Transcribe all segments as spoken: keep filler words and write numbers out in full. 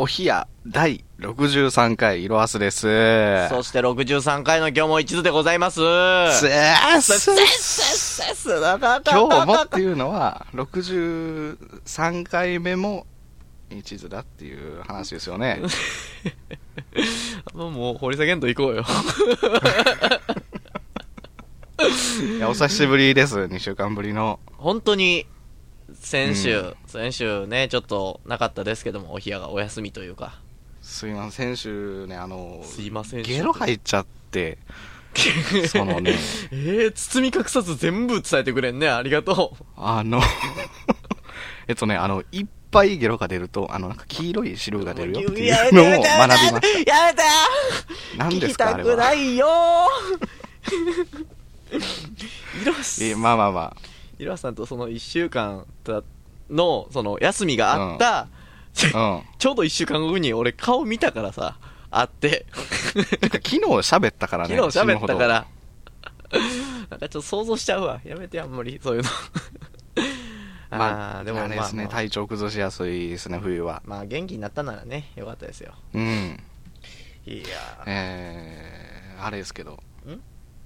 おひやだいろくじゅうさんかいいろはすです。 そしてろくじゅうさんかいの今日も一途でございます。 せーせーせーせー今日もっていうのはろくじゅうさんかいめも一途だっていう話ですよね。 もう掘り下げんと行こうよ。 いやお久しぶりです。にしゅうかんぶりの本当に先週、うん、先週ねちょっとなかったですけども、おひやがお休みというか、 すいません、先週ねあのすいませんゲロ入っちゃってそのねえー、包み隠さず全部伝えてくれんね、ありがとう。 あのえっとねあのいっぱいゲロが出るとあのなんか黄色い汁が出るよっていうのを学びました。 やめて何ですかあれは。 聞きたくないよー。いろえまあまあまあいろはさんとそのいっしゅうかんのその休みがあった、うんうん、ちょうどいっしゅうかんごに俺顔見たからさ、会って昨日喋ったからね。 昨日喋ったからなんかちょっと想像しちゃうわ。やめて、あんまりそういうのまあでもあれですね、まあまあ、体調崩しやすいですね冬は。 まあ元気になったならねよかったですよ。 うんいやえー、あれですけど、 ん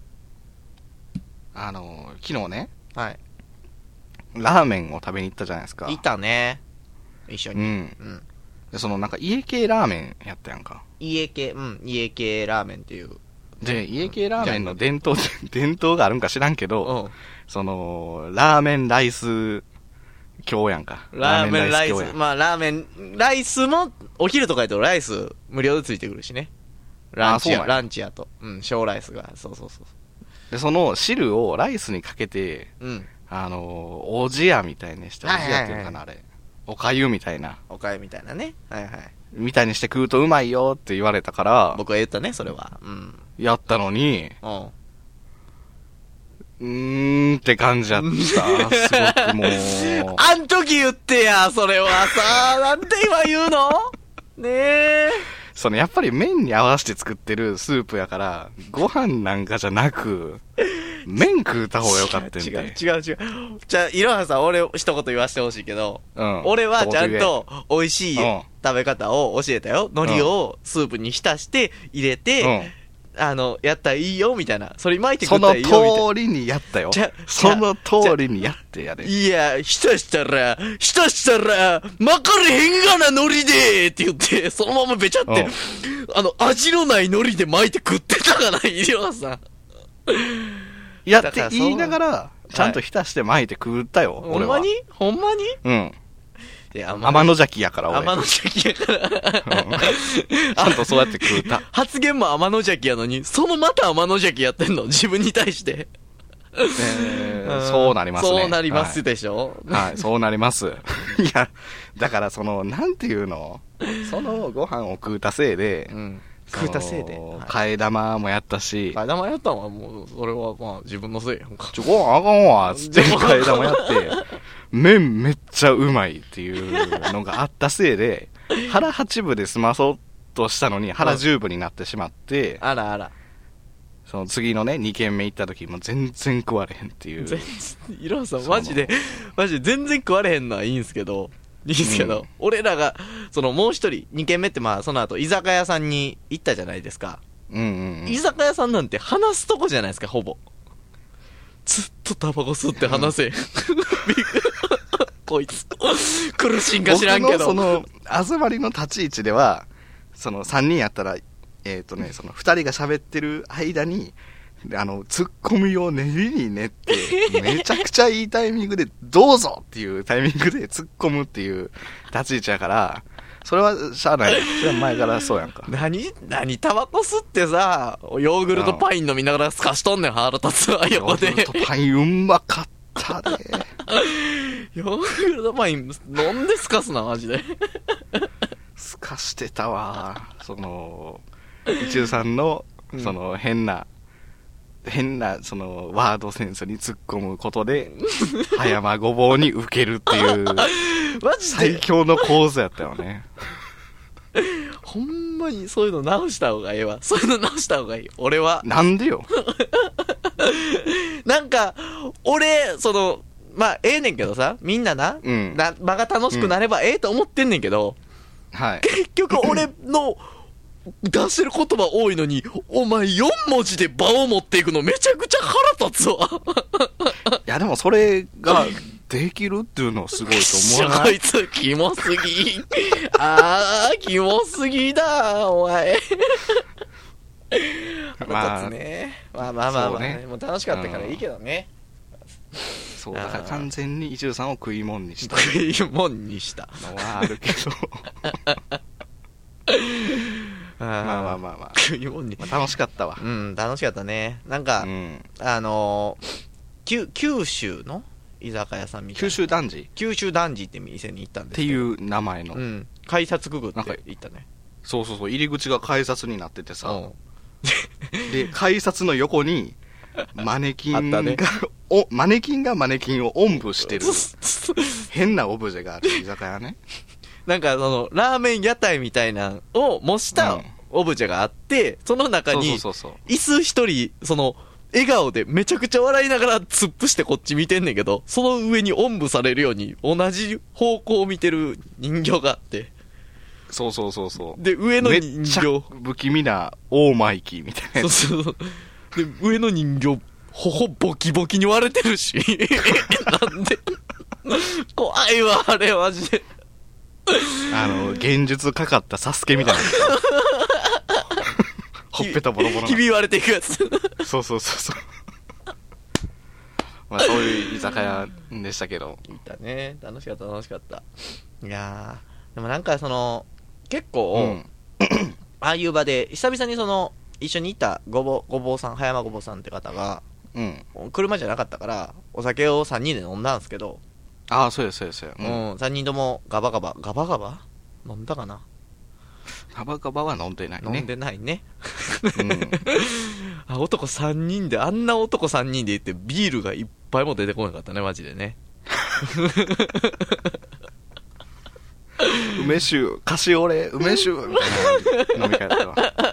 あの昨日ね、 はい、 ラーメンを食べに行ったじゃないですか。 いたね一緒に。 うん、うん、でそのなんか家系ラーメンやったやんか。 家系、うん家系ラーメンっていうで家系ラーメンの伝統伝統があるんか知らんけど、 うん、 そのラーメンライス今日やんか。 ラーメンライス、まあラーメンライスもお昼とかやとライス無料でついてくるしね。ランチやランチやと、うん小ライスが、そうそうそう。 でその汁をライスにかけて、 うん、 あのー、おじやみたいにして、おじやっていうかな、あれおかゆみたいな、 おかゆみたいなね、はいはいみたいにして食うとうまいよって言われたから僕は言ったねそれは。うん、 やったのに、 うん、 うーんって感じやった。すごくもうあん時言ってや、それはさなんて今言うのねえ。 そのやっぱり麺に合わせて作ってるスープやからご飯なんかじゃなく麺食うた方がよかったんで。 違う違う違う。じゃあいろはさん俺一言言わせてほしいけど、 うん、 俺はちゃんと美味しい食べ方を教えたよ。海苔をスープに浸して入れて、うんあの、やったらいいよ、みたいな。それ巻いてくったらいいよ、みたいな。 その通りにやったよ。その通りにやってやれ。 いや、浸したら、浸したら、巻かれへんがな、海苔でって言って、そのままべちゃって、あの、味のない海苔で巻いて食ってたから、いりょうさん。 やって言いながら、ちゃんと浸して巻いて食ったよ、 はい、俺は。ほんまにほんまにうん。天の邪気やから俺。 天の邪気やから、 うん。ちゃんとそうやって食うた。 発言も天の邪気やのに、そのまた天の邪気やってんの自分に対して。 えー、そうなりますね。 そうなりますでしょ、 はい、はい、そうなります。いや、だからその、なんていうのそのご飯を食うたせいで、 うん、食うたせいで。 替え玉もやったし。 替え玉やったんはもう、それはまあ自分のせいやんか。 ちょ、ご飯あかんわつって替え玉やって、麺めっちゃうまいっていうのがあったせいで、腹八分で済まそうとしたのに腹十分になってしまって、 うん、あらあら。 その次のね、に軒目行った時も全然食われへんっていう。 全然、いろはさんマジで、マジで全然食われへんのはいいんすけど、いいんすけど、うん、俺らが、そのもう一人、に軒目ってまあその後居酒屋さんに行ったじゃないですか。 うんうんうん。 居酒屋さんなんて話すとこじゃないですか、ほぼ。ずっとタバコ吸って話せ。うん、こいつ。苦しいんか知らんけど。 僕のその、あずまりの立ち位置では、そのさんにんやったら、えっとね、そのふたりが喋ってる間に、あの、ツッコミを練りに練って、めちゃくちゃいいタイミングで、どうぞっていうタイミングで突っ込むっていう立ち位置やから、それはしゃあない。それは前からそうやんか。 何何タバコ吸ってさ、ヨーグルトパイン飲みながらすかしとんねん、腹立つわ、横で。 ヨーグルトパインうまかったで。 ヨーグルトパイン飲んですかすな、マジで。 すかしてたわ。その、一中さんの、その変な、うん、変な、その、ワードセンスに突っ込むことで、葉山ごぼうに受けるっていう、 マジで最強の構図やったよね。 ほんまにそういうの直した方がいいわ。そういうの直した方がいい。俺は。 なんでよ。 なんか、俺、その、まあ、ええねんけどさ、みんなな、 うん、 な場が楽しくなればええと思ってんねんけど、 はい。 結局俺の出してる言葉多いのに、お前よん文字で場を持っていくのめちゃくちゃ腹立つわ。 いやでもそれができるっていうのはすごいと思うな。 こいつキモすぎ。あー、キモすぎだ、お前。腹立つね。まあまあまあまあ、ね、もう楽しかったからいいけどね。 そう、だから完全に伊集さんを食い物にした。 食い物にしたのはあるけど。まあまあまあまあ。 食い物に。 まあ、楽しかったわ。 うん、楽しかったね。なんか、うん、あのー、九州の居酒屋さんみたいな。 九州男児九州男児って店に行ったんですっていう名前の。 うん。改札くぐって行ったね。 そうそうそう、入り口が改札になっててさ。で、改札の横に、マネキンが、ね、お、マネキンがマネキンをおんぶしてる、変なオブジェがある居酒屋ね。 なんかその、ラーメン屋台みたいなのを模したオブジェがあって、うん、その中に、椅子一人、その、笑顔でめちゃくちゃ笑いながら突っ伏してこっち見てんねんけど、その上におんぶされるように同じ方向を見てる人形があって、 そうそうそうそう。 で、上の人形。めっちゃ不気味なオーマイキーみたいなやつ。 そうそう。で、上の人形、頬ボキボキに割れてるし。なんで怖いわ、あれ、マジで。 あの、現実かかったサスケみたいな。ほっぺたボロボロな。 ひび割れていくやつ。 そうそうそうそう。まあ、そういう居酒屋でしたけど。 いたね。楽しかった、楽しかった。いやー、でもなんかその、結構、うん、ああいう場で、久々にその、一緒にいたごぼう、ごぼうさん、葉山ごぼうさんって方が、うん、車じゃなかったから、お酒をさんにんで飲んだんですけど、 ああ、そうです、そうです。 うん、うん、さんにんともガバガバ、ガバガバ飲んだかな。 ガバガバは飲んでないね。 飲んでないね。うん、あ、男さんにんで、あんな男さんにんで行って、ビールがいっぱいも出てこなかったね、マジでね。 梅酒、カシオレ、梅酒みたいな飲み会だったわ。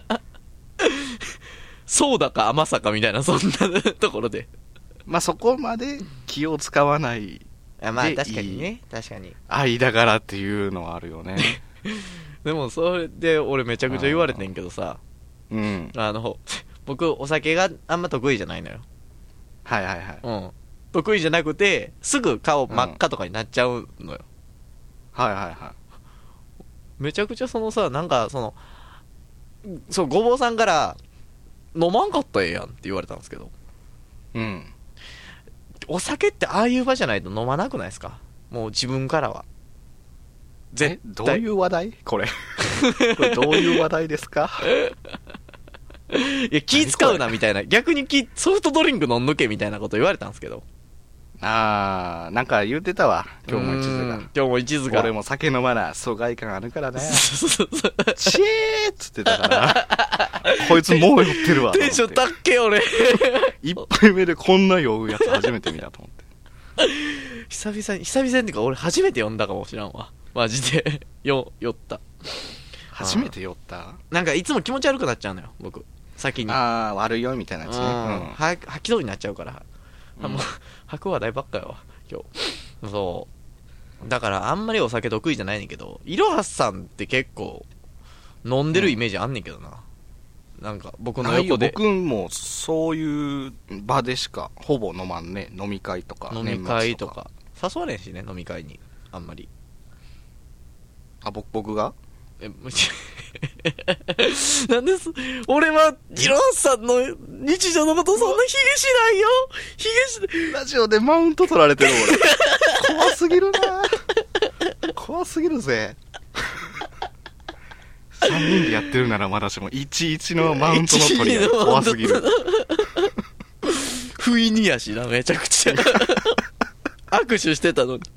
そうだか甘さかみたいな、そんなところで。 まあそこまで気を使わない。 あ、まあ確かにね、確かに。 間柄っていうのはあるよね。 でもそれで俺めちゃくちゃ言われてんけどさ、うん。あの、僕お酒があんま得意じゃないのよ。 はいはいはい。 うん。得意じゃなくて、すぐ顔真っ赤とかになっちゃうのよ。 うん、はいはいはい。 めちゃくちゃそのさ、なんかその、そう、ごぼうさんから、飲まんかったらええやんって言われたんですけど。うん。お酒ってああいう場じゃないと飲まなくないですか？もう自分からは。 絶対。どういう話題これ。これどういう話題ですか？ いや、気使うなみたいな。逆に気ソフトドリンク飲んどけみたいなこと言われたんですけど。 あー、なんか言うてたわ。今日も一途が。 今日も一途が。 俺も酒飲まな疎外感あるからね。チェーっつってたから。こいつもう酔ってるわ。 テンション高っけ俺。 一杯目でこんな酔うやつ初めて見たと思って。 久々に、久々にってか俺初めて呼んだかもしらんわ。マジで。よ、酔った。 初めて酔った？ なんかいつも気持ち悪くなっちゃうのよ、僕。先に。 あー、悪いよみたいなやつね。うん。 は吐きそうになっちゃうから。あ、もう、吐く話題ばっかよ、今日。そう。だから、あんまりお酒得意じゃないねんけど、いろはさんって結構、飲んでるイメージあんねんけどな。うん、なんか、僕の横で。 僕も、そういう場でしか、ほぼ飲まんね。飲み会とか、 飲み会とか。誘われんしね、飲み会に。あんまり。 あ、僕、僕がえ、もし、なんです。俺は、いろはさんの日常のことそんな卑下しないよ。卑下しラジオでマウント取られてる俺。怖すぎるな。怖すぎるぜ。さんにんでやってるならまだしも、いちいちのマウントの取り合い怖すぎる。 不意にやしな、めちゃくちゃ。握手してたのに。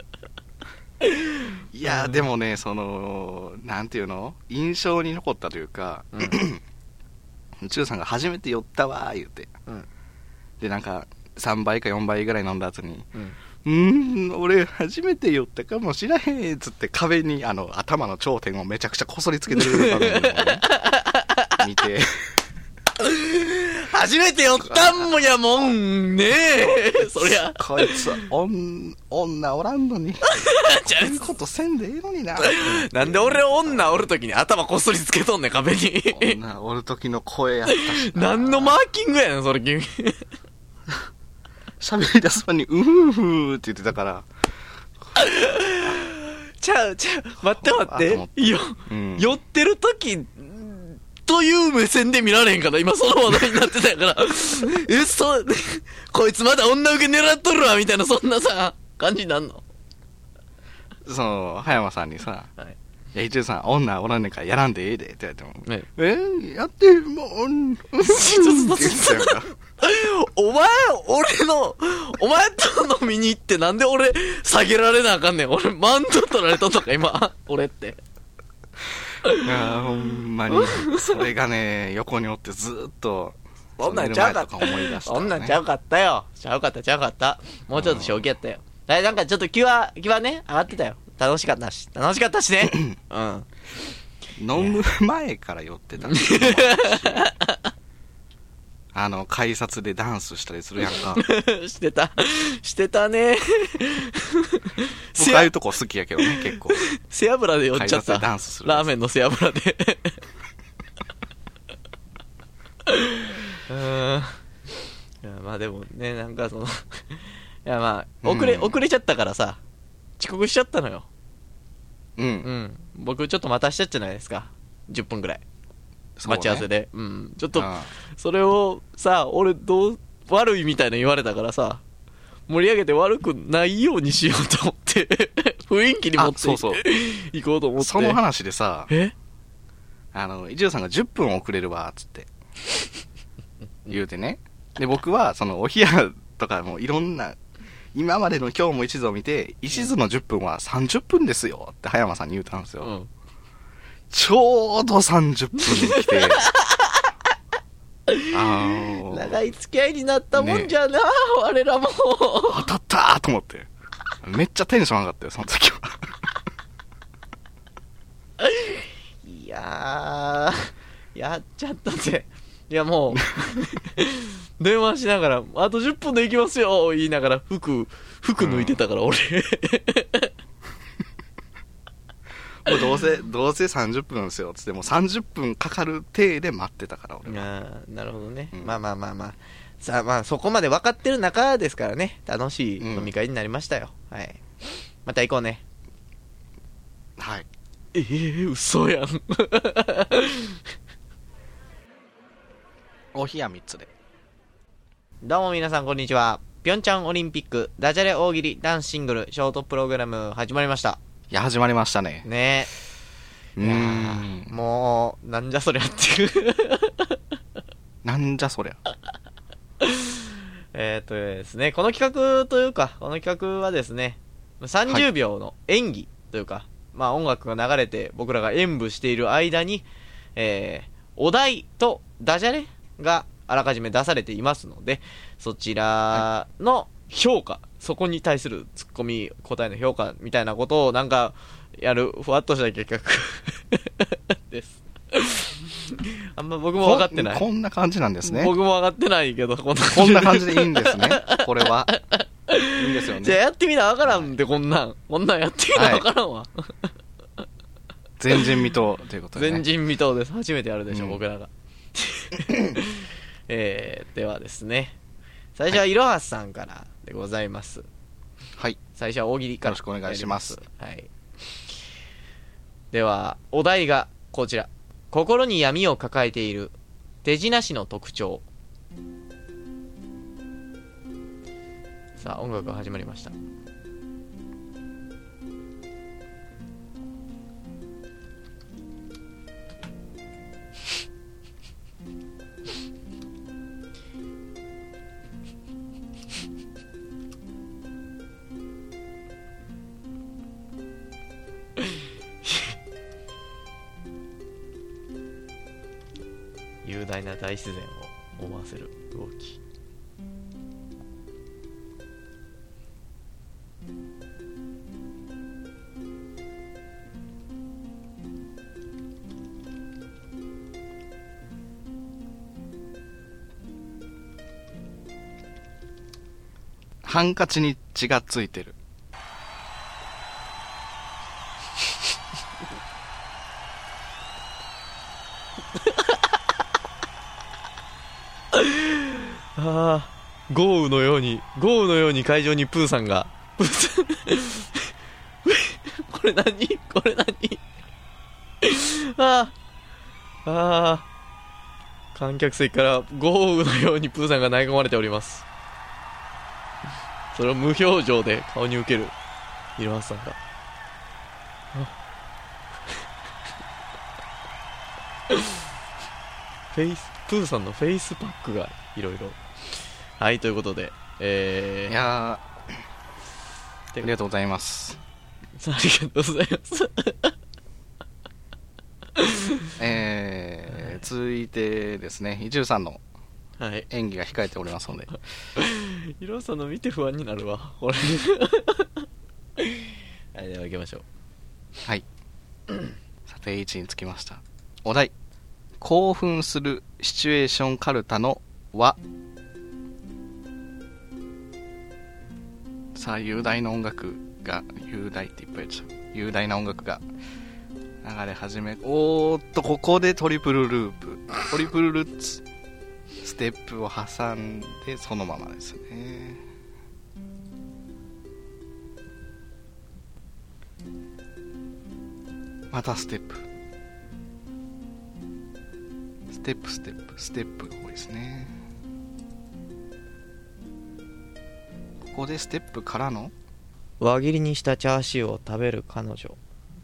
いやでもね、そのなんていうの印象に残ったというか、うん、中さんが初めて酔ったわー言うて、うん、でなんかさんばいかよんばいぐらい飲んだ後に、うん、うーん俺初めて酔ったかもしらへんっつって壁にあの頭の頂点をめちゃくちゃこそりつけてる場面を、ね、見て初めて寄ったんもやもんねえ。そりゃ。 こいつ、おん、女おらんのに。 ちゃそういうことせんでええのにな。 なんで俺女おるときに頭こっそりつけとんねん、壁に。 女おるときの声やったしな。 何のマーキングやねん、それ君。 喋り出す前に、うふふーって言ってたから。 ちゃう、ちゃう、待って待って。よ、うん、寄ってるとき、という目線で見られへんから、今その話題になってたやから。え、そ、こいつまだ女受け狙っとるわ、みたいな、そんなさ、感じになんの？ その、葉山さんにさ、はい、いや、一応さん、女おらんねんからやらんでええで、って言われても、はい、えやって、もう、うん、ちょっと、 お前、俺の、お前と飲みに行ってなんで俺下げられなあかんねん。俺マウント取られとんのか今、俺って。 いやほんまに、それがね、横におってずーっと、 そんなんちゃうかった。ね、そんなんちゃうかったよ。ちゃうかったちゃうかった。もうちょっと正気やったよ。だなんかちょっと気は、気はね、上がってたよ。楽しかったし。楽しかったしね。うん。 飲む前から酔ってた。あの、改札でダンスしたりするやんか。 してた。してたね。 僕ああいうとこ好きやけどね、結構。 背脂で酔っちゃった。 ダンスする。 ラーメンの背脂で。うん。いや、まあでもね、なんかその、いやまあ、遅れ、うん、遅れちゃったからさ、遅刻しちゃったのよ。うん。うん。僕ちょっと待たしちゃったじゃないですか。じゅっぷんぐらい。待ち合わせで、ね、うん、ちょっとそれをさ、俺どう悪いみたいな言われたからさ、盛り上げて悪くないようにしようと思って雰囲気に持ってそうそう行こうと思って、 その話でさ、 えあの一条さんがじゅっぷん遅れるわっつって言うてね、で僕はそのお冷やとかもいろんな今までの今日も一途を見て、一途のじゅっぷんはさんじゅっぷんですよって葉山さんに言うたんですよ、うん、ちょうどさんじゅっぷんに来てあのー、長い付き合いになったもんじゃな、ね、我らも当たったーと思ってめっちゃテンション上がったよその時はいやーやっちゃったぜ。いやもう電話しながらあとじゅっぷんで行きますよ言いながら服服抜いてたから、うん、俺もうどうせどうせさんじゅっぷんですよつってもさんじゅっぷんかかる体で待ってたから俺は。 あなるほどね、うん、まあまあまあまあさあまあそこまで分かってる中ですからね、楽しい飲み会になりましたよ、うん、はいまた行こうね。 はいええー、嘘やんお冷やみっつで。 どうも皆さんこんにちは。ピョンチャンオリンピックダジャレ大喜利男子シングルショートプログラム始まりました。 いや始まりましたね。 ねえ。うーん。もうなんじゃそりゃっていうなんじゃそりゃ。 えっとですね、この企画というかこの企画はですね、さんじゅうびょうの演技というか、はい、まあ音楽が流れて僕らが演舞している間に、えー、お題とダジャレがあらかじめ出されていますので、そちらの評価、そこに対するツッコミ答えの評価みたいなことをなんかやるふわっとした企画ですあんま僕も分かってない。 こんな感じなんですね。 僕も分かってないけどこんな感じこんな感じでいいんですねこれはいいんですよね。 じゃあやってみな分からんで、こんなんこんなんやってみな分からんわ、はい、 前人未到ということで、ね、 前人未到です。初めてやるでしょ、うん、僕らがえー、ではですね、最初はいろはさんからでございます。 はい。 最初は大喜利から。よろしくお願いします。 はい。ではお題がこちら。心に闇を抱えている手品師の特徴。さあ音楽が始まりました。雄大な大自然を思わせる動き。 ハンカチに血がついてる。 ああ、豪雨のように豪雨のように会場にプーさんがプーさんこれ何これ何ああああ、観客席から豪雨のようにプーさんが投げ込まれております。それを無表情で顔に受けるイルマスさんがフェイスプーさんのフェイスパックがいろいろ。はい、ということで、えー、 いやー、ありがとうございます。 ありがとうございますえー、続いてですね、イチュウさんの演技が控えておりますので、はい、 イロさんの見て不安になるわこれはい、では行きましょう。 はいさて、いちにつきました。お題、興奮するシチュエーションカルタの和。さあ、雄大な音楽が、雄大っていっぱい言っちゃう、雄大な音楽が流れ始め、おーっと、ここでトリプルループ、トリプルルッツ、ステップを挟んでそのままですね。またステップ、ステップステップステップが多いですね。ここでステップからの輪切りにしたチャーシューを食べる彼女。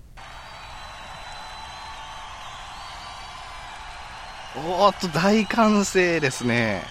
おーっと、大歓声ですね。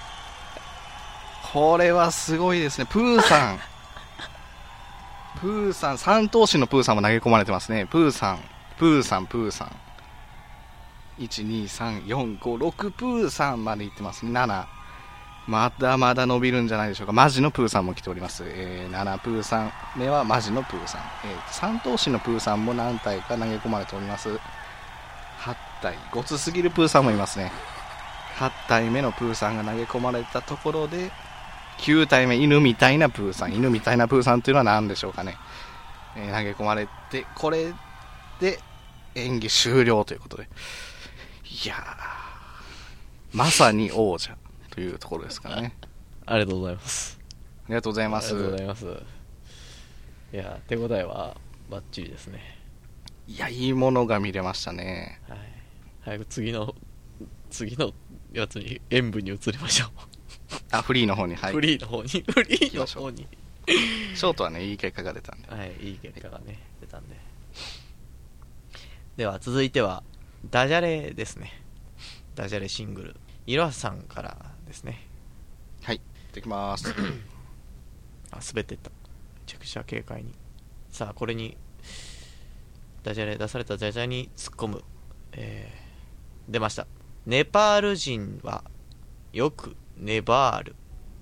これはすごいですね。プーさんプーさん、三頭身のプーさんも投げ込まれてますね。プーさん、プーさん、プーさん、いち、に、さん、よん、ご、ろく、プーさんまでいってますね。なな、まだまだ伸びるんじゃないでしょうか。マジのプーさんも来ております。えー、ななプーさん目はマジのプーさん、えー、三頭身のプーさんも何体か投げ込まれております。はち体、ごつすぎるプーさんもいますね。はち体目のプーさんが投げ込まれたところで、きゅう体目、犬みたいなプーさん、犬みたいなプーさんというのは何でしょうかね。えー、投げ込まれて、これで演技終了ということで、いやー、まさに王者というところですからね。 ありがとうございます。 ありがとうございます。 ありがとうございます。いや、手応えはバッチリですね。 いや、いいものが見れましたね。 はい、早く次の次のやつに、演舞に移りましょう。 あ、フリーの方に、はい、 フリーの方に、フリーの方に。 ショートはね、いい結果が出たんで。 はい、いい結果がね、出たんで。では、続いては、ダジャレですね。ダジャレシングル。いろはさんからですね。 はい、できます。 あ、滑っていった。めちゃくちゃ軽快に。さあ、これに、ダジャレ、出されたダジャレに突っ込む。えー、出ました。ネパール人はよくネバール。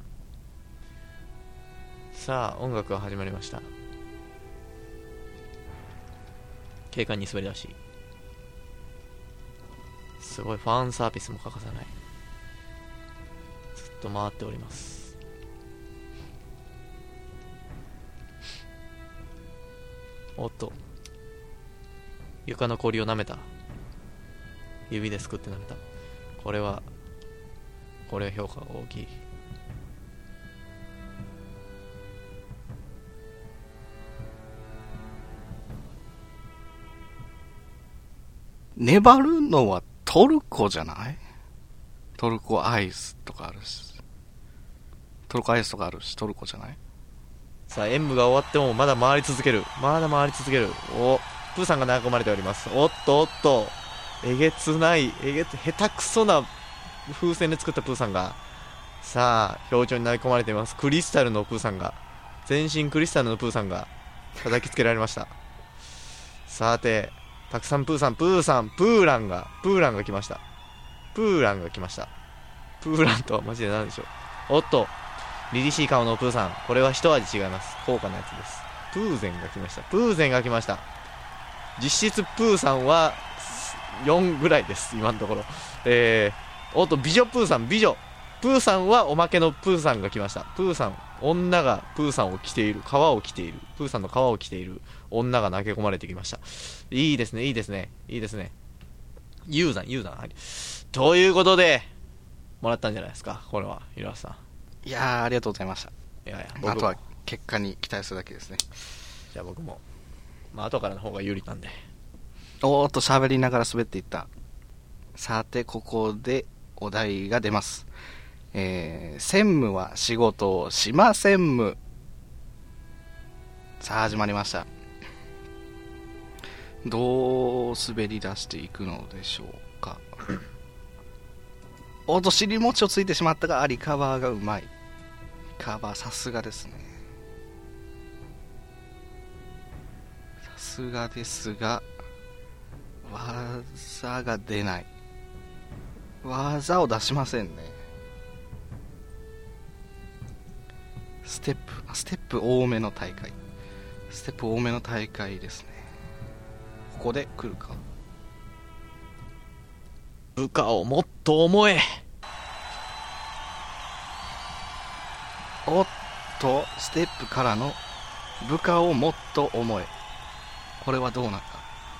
さあ、音楽が始まりました。軽快に滑り出し、すごいファンサービスも欠かさない。ずっと回っております。おっと、床の氷を舐めた。指ですくって舐めた。これはこれは評価が大きい。 粘るのはトルコじゃない？トルコアイスとかあるし、トルコアイスとかあるし、トルコじゃない？ さあ、演舞が終わってもまだ回り続ける。まだ回り続ける。お、プーさんが投げ込まれております。おっとおっと、えげつない、えげつ、下手くそな風船で作ったプーさんが、さあ、表情に投げ込まれています。クリスタルのプーさんが、全身クリスタルのプーさんが叩きつけられました。さて、たくさんプーさん、プーさん、プーランが、プーランが来ました。プーランが来ました。プーランとはマジで何でしょう。おっと、凛々しい顔のプーさん、これは一味違います。高価なやつです。プーゼンが来ました。プーゼンが来ました。実質プーさんはよんぐらいです、今のところ。えー、おっと、美女プーさん、美女プーさんはおまけのプーさんが来ました。プーさん、女がプーさんを着ている、皮を着ている、プーさんの皮を着ている女が投げ込まれてきました。いいですね、いいですね、いいですね。ユーザン、ユーザン、はい。ということで、もらったんじゃないですか、これは、岩橋さん。いやー、ありがとうございました。 いやいや、 あとは結果に期待するだけですね。 じゃあ僕も、まあ後からの方が有利なんで。 おーっと喋りながら滑っていった。さて、ここでお題が出ます。えー、専務は仕事をしませんむ。さあ始まりました。どう滑り出していくのでしょうか。おっと尻餅をついてしまったが、リカバーがうまい。リカバーさすがですね。さすがですが、技が出ない。技を出しませんね。ステップ、ステップ多めの大会。ステップ多めの大会ですね。ここで来るか。 部下をもっと思え。 おっと、ステップからの部下をもっと思え。これはどうなるか。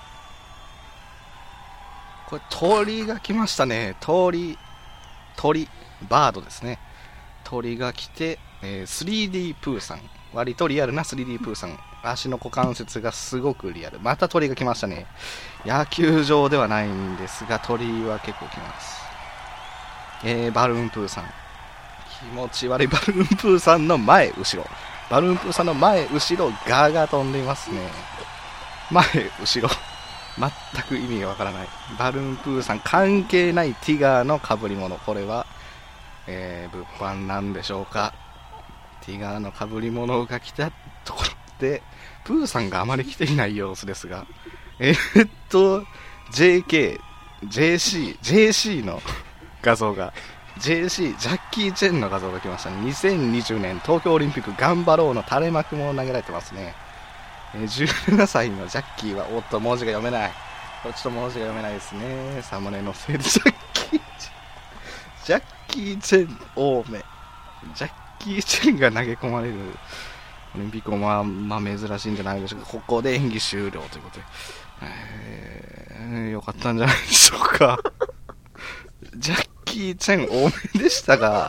これ鳥が来ましたね。鳥、鳥、バードですね。鳥が来て、えー、スリーディー プーさん。割とリアルな スリーディー プーさん。足の股関節がすごくリアル。また鳥が来ましたね。野球場ではないんですが、鳥は結構来ます。えー、バルーンプーさん。気持ち悪いバルーンプーさんの前、後ろ。バルーンプーさんの前、後ろ、ガーが飛んでいますね。前、後ろ。全く意味がわからない。バルーンプーさん関係ないティガーの被り物。これは、えー、物販なんでしょうか。ティガーの被り物が来たところで、プーさんがあまり来ていない様子ですが、えー、っと、ジェーケー、ジェーシー、ジェーシー の画像が、ジェーシー、ジャッキー・チェンの画像が来ましたね。にせんにじゅうねん東京オリンピック頑張ろうの垂れ幕も投げられてますね。えー、じゅうななさいのジャッキーは、おっと文字が読めない。これちょっと文字が読めないですね。サムネのせいでジャッキー、ジャッキー・チェン多め。ジャッキー・チェンが投げ込まれるオリンピックもまあ、まあ珍しいんじゃないでしょうか。ここで演技終了ということで、えー、よかったんじゃないでしょうか。ジャッキー・チェン多めでしたが、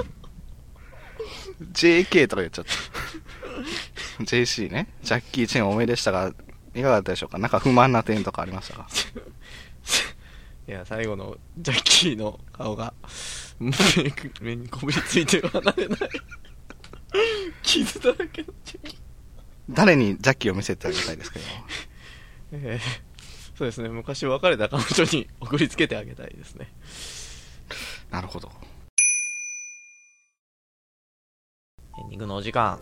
ジェーケー とか言っちゃった。ジェーシー ね。ジャッキー・チェン多めでしたが、いかがだったでしょうか。なんか不満な点とかありましたか。 いや、最後のジャッキーの顔が目にこびりついて離れない。傷だらけのジャッキー。 誰にジャッキーを見せてあげたいですけど。 えー、そうですね。昔別れた彼女に送りつけてあげたいですね。 なるほど。 エンディングのお時間。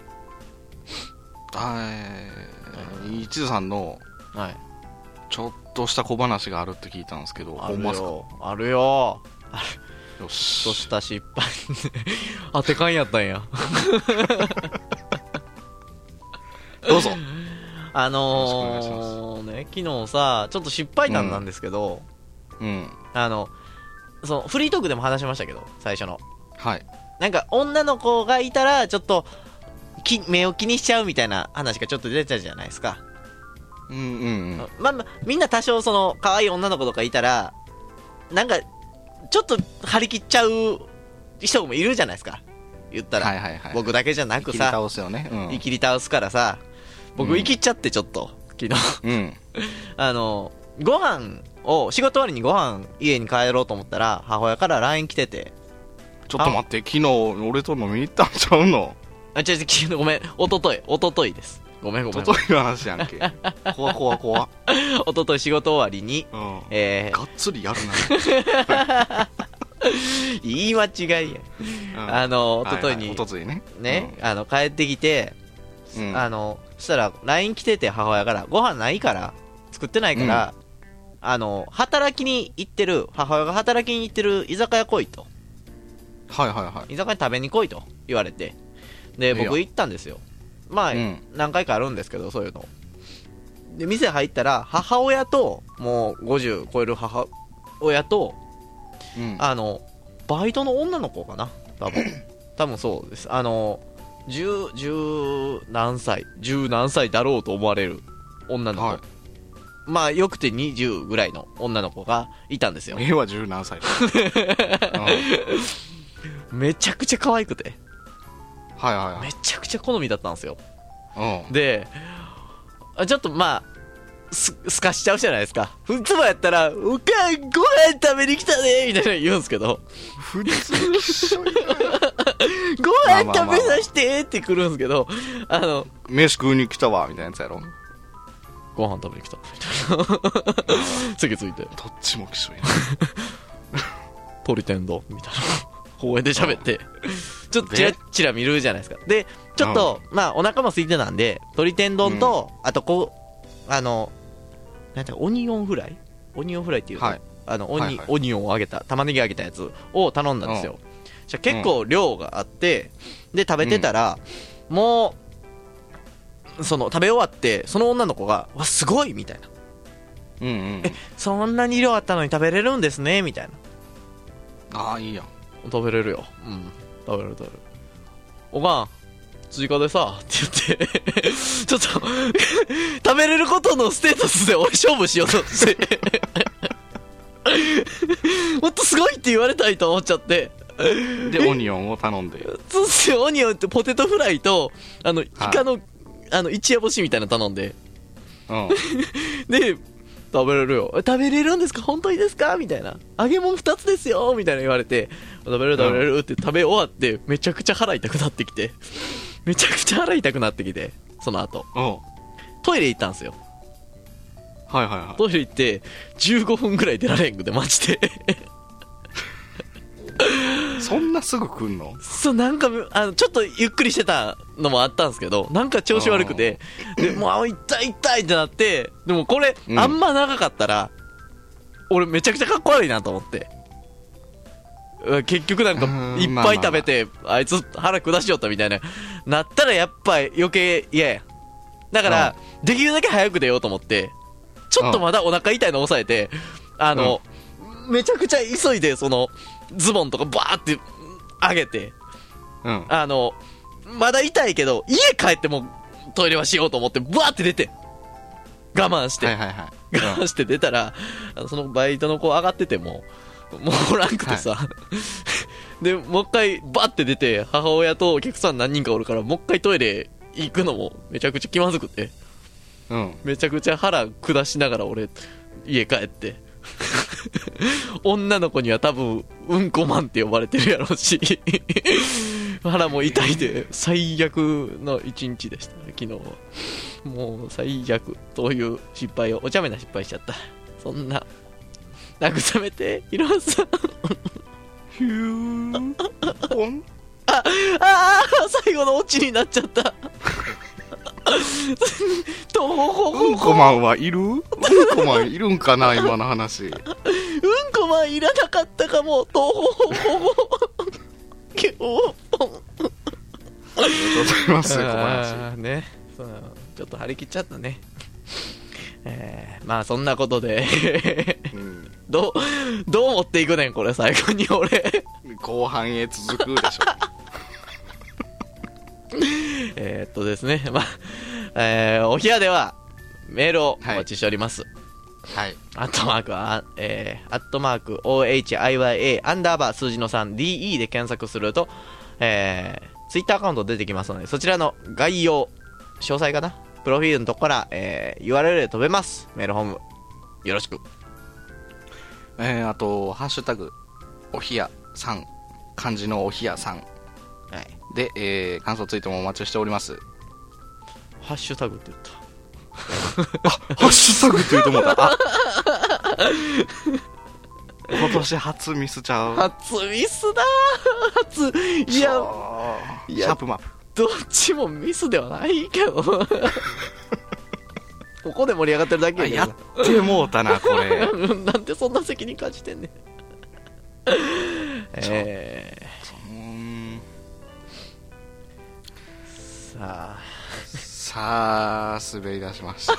えー、一途さんの、 はい、 ちょっとした小話があるって聞いたんですけど、 あるよ、あるよ。 よし。 ちょっとした失敗。当てかんやったんや。 どうぞ。 あのー、ね、昨日さ、ちょっと失敗談なんですけど、 うん。うん、 あの、そのフリートークでも話しましたけど、最初の。 はい。 なんか女の子がいたら、ちょっと、き目を気にしちゃうみたいな話がちょっと出てたじゃないですか。 うんうんうん。 まあまあ、みんな多少その、可愛い女の子とかいたら、なんか、ちょっと張り切っちゃう人もいるじゃないですか。言ったら。 はいはいはい。 僕だけじゃなくさ。 生きり倒すよね。うん。 生きり倒すからさ。僕生きっちゃってちょっと、昨日。 うん。あの、ご飯を、仕事終わりにご飯家に帰ろうと思ったら、母親から ライン 来てて。 ちょっと待って、昨日俺と飲みに行ったんちゃうの？ あ、違う違う、昨日ごめん。おととい、おとといです。ごめんごめん。 おとといの話やんけ。怖怖怖。 おととい仕事終わりに、 うん、 えー、 がっつりやるな。 言い間違いや、うん、あのおとといに、 はいはい、おとといね、 ね、うん、あの帰ってきて、うん、あのそしたら ライン 来てて、母親からご飯ないから作ってないから、うん、あの働きに行ってる母親が働きに行ってる居酒屋来いと、 はいはいはい、 居酒屋に食べに来いと言われて、で僕行ったんですよ。まあ、うん、何回かあるんですけど、そういうので店入ったら母親と、もうごじゅう超える母親と、うん、あのバイトの女の子かな、 多分多分そうです。あの十十何歳十何歳だろうと思われる女の子、はい、まあよくてにじゅうぐらいの女の子がいたんですよ。 ええわ、十何歳めちゃくちゃ可愛くて、 はいはいはい、 めちゃくちゃ好みだったんですよ。 うん、 でちょっとまあすすかしちゃうじゃないですか。いつもやったらおかんご飯食べに来たねみたいな言うんですけど、 普通に一緒にご飯食べさせてって来るんですけど、あの飯食うに来たわみたいなやつやろ。 ご飯食べに来たみたいな次ついてどっちもきしょいな鳥天丼みたいな公園で喋ってちょっとチラチラ見るじゃないですか。でちょっと、うん、まあお腹も空いてたんで鳥天丼と、うん、あとこうあのなんてオニオンフライオニオンフライっていう、はい、あのオニ、はいはい、オニオンを揚げた玉ねぎ揚げたやつを頼んだんですよ。じゃ結構量があって、うん、で食べてたら、うん、もうその食べ終わってその女の子がわすごいみたいな、 うんうん、 えそんなに量あったのに食べれるんですねみたいな。ああいいやん、 食べれるよ、うん食べれる食べれる。おかん追加でさって言ってちょっと食べれることのステータスで俺勝負しようとしてもっとすごいって言われたいと思っちゃって、 でオニオンを頼んでそうっすよ、オニオンってポテトフライとあのイカの、はい、あの一夜干しみたいなの頼んで、 うん、 で食べれるよ、食べれるんですか本当にですかみたいな、揚げ物ふたつですよみたいな言われて、食べれる食べれるって食べ終わってめちゃくちゃ腹痛くなってきてめちゃくちゃ腹痛くなってきて、その後トイレ行ったんですよ。 はいはいはい。 トイレ行ってじゅうごふんぐらい出られんくてマジでそんなすぐ来んの？ そうなんかあのちょっとゆっくりしてたのもあったんですけど、なんか調子悪くて、でもう痛い痛いってなって、でもこれ、うん、あんま長かったら俺めちゃくちゃかっこ悪いなと思って、結局なんかいっぱい食べて、まあまあまあ、あいつ腹下しよったみたいななったらやっぱ余計嫌や。だから、うん、できるだけ早く出ようと思ってちょっとまだお腹痛いの抑えて、あの、うん、めちゃくちゃ急いでそのズボンとかバーって上げて、うん、あのまだ痛いけど家帰ってもトイレはしようと思ってバーって出て我慢して、はいはいはい、我慢して出たら、うん、そのバイトの子上がっててももうおらんくてさ、はい、でもう一回バーって出て母親とお客さん何人かおるからもう一回トイレ行くのもめちゃくちゃ気まずくて、うん、めちゃくちゃ腹下しながら俺家帰って女の子には多分うんこマンって呼ばれてるやろうし腹も痛いで最悪の一日でした昨日は。もう最悪という失敗をお茶目な失敗しちゃった。そんな慰めていろはさんヒューポンああ最後のオチになっちゃったうんこマンはいる？うんこマンいるんかな今の話。うんこマンいらなかったかも。とほほほほキューポンありがとうございます小林ね。ちょっと張り切っちゃったね。えー、まあそんなことで、うん、どうどう持っていくねんこれ最後に俺後半へ続くでしょえっとですね、まあ、えー、お部屋ではメールをお待ちしております。 はい。 アットマークは、えー、アットマーク オーエイチアイワイエー アンダーバー数字の スリーディーイー で検索すると、えー、ツイッターアカウント出てきますので、そちらの概要、詳細かな、プロフィールのとこから、えー、ユーアールエル で飛べます。メールホームよろしく。 えー、あとハッシュタグおひやさん、漢字のおひやさん、はい、で、えー、感想ツイートもお待ちしております。 ハッシュタグって言ったあ、ハッシュタグって言うと思った。あ今年初ミスちゃう。 初ミスだ初いやいやシャープマップどっちもミスではないけどここで盛り上がってるだけやってもうたなこれなんでそんな責任感じてんねんえー、うんさあさあ滑り出しました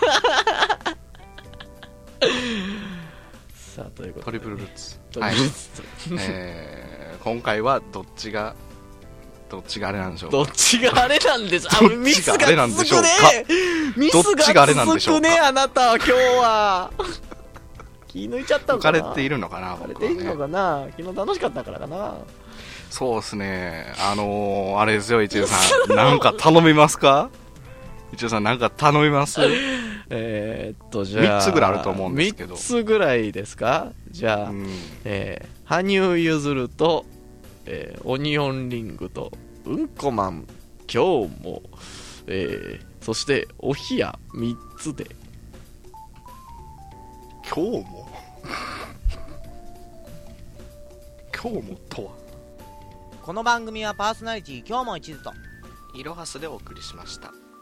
さあということで、 トリプルルッツ、はいえー、今回はどっちがどっちがあれなんでしょうか。 どっちがあれなんでしょう。あ、ミスがあれなんでしょうか。 ミスが続くね、あなたは今日は。気抜いちゃったのかな。 浮かれているのかな、 浮かれているのかな。昨日楽しかったからかな。 そうですね。あのー、あれですよ、一応さん。なんか頼みますか？一応さん、なんか頼みます？ えーっと、じゃあ。 みっつぐらいあると思うんですけど。 みっつぐらいですか？じゃあ、うん、えー、羽生結弦と、えー、オニオンリングと、うんこマン、今日も、えー、そして、お冷やみっつで。 今日も今日もとは。 この番組はパーソナリティ今日も一途といろはすでお送りしました。